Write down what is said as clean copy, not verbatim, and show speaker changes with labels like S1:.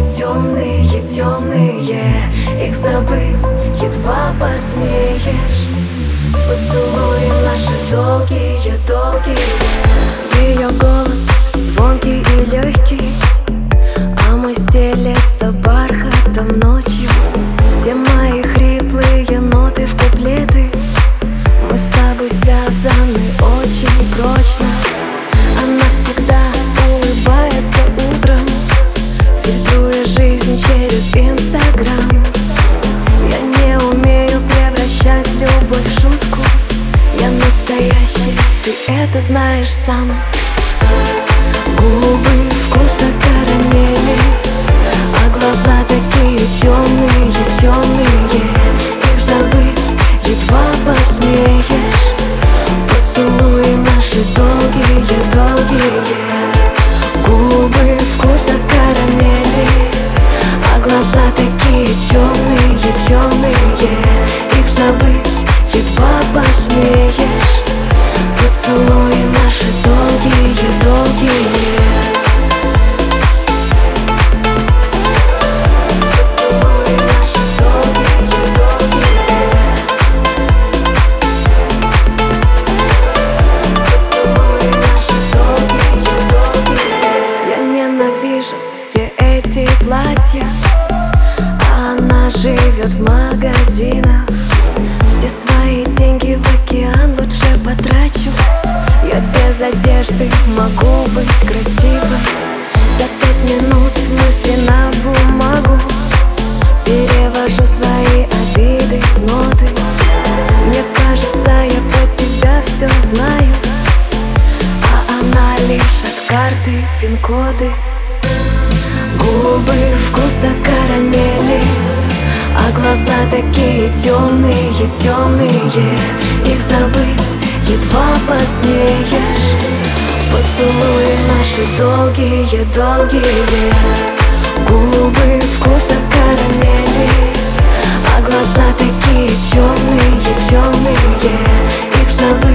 S1: темные, темные, их забыть едва посмеешь. Поцелуи наши долгие, долгие. Ее голос звонкий и легкий, а мой стелется бархатом ночью. Все мои хриплые ноты в куплеты, мы с тобой связаны очень прочно. Она всегда улыбается утром, фильтруя жизнь через Инстаграм. Я не умею превращать любовь в шутку, я настоящий, ты это знаешь сам. Губы вкуса карамели, а глаза такие темные, темные, их забыть едва посмеешь. Поцелуи наши долгие, долгие. Губы вкуса карамели, а глаза такие темные, темные, их забыть едва посмеешь. Поцелуи наши долгие, долгие. Поцелуи наши долгие, долгие. Поцелуи наши долгие, долгие. Я ненавижу все эти платья, а она живет в магазинах. Все свои деньги в океан лучше потрачу. Я без одежды могу быть красивой. За 5 минут мысли на бумагу перевожу свои обиды в ноты. Мне кажется, я про тебя все знаю, а она лишь от карты пин-коды. Губы вкуса карамели, а глаза такие темные, темные, их забыть едва посмеешь. Поцелуи наши долгие, долгие. Губы вкуса карамели, а глаза такие темные, темные, их забыть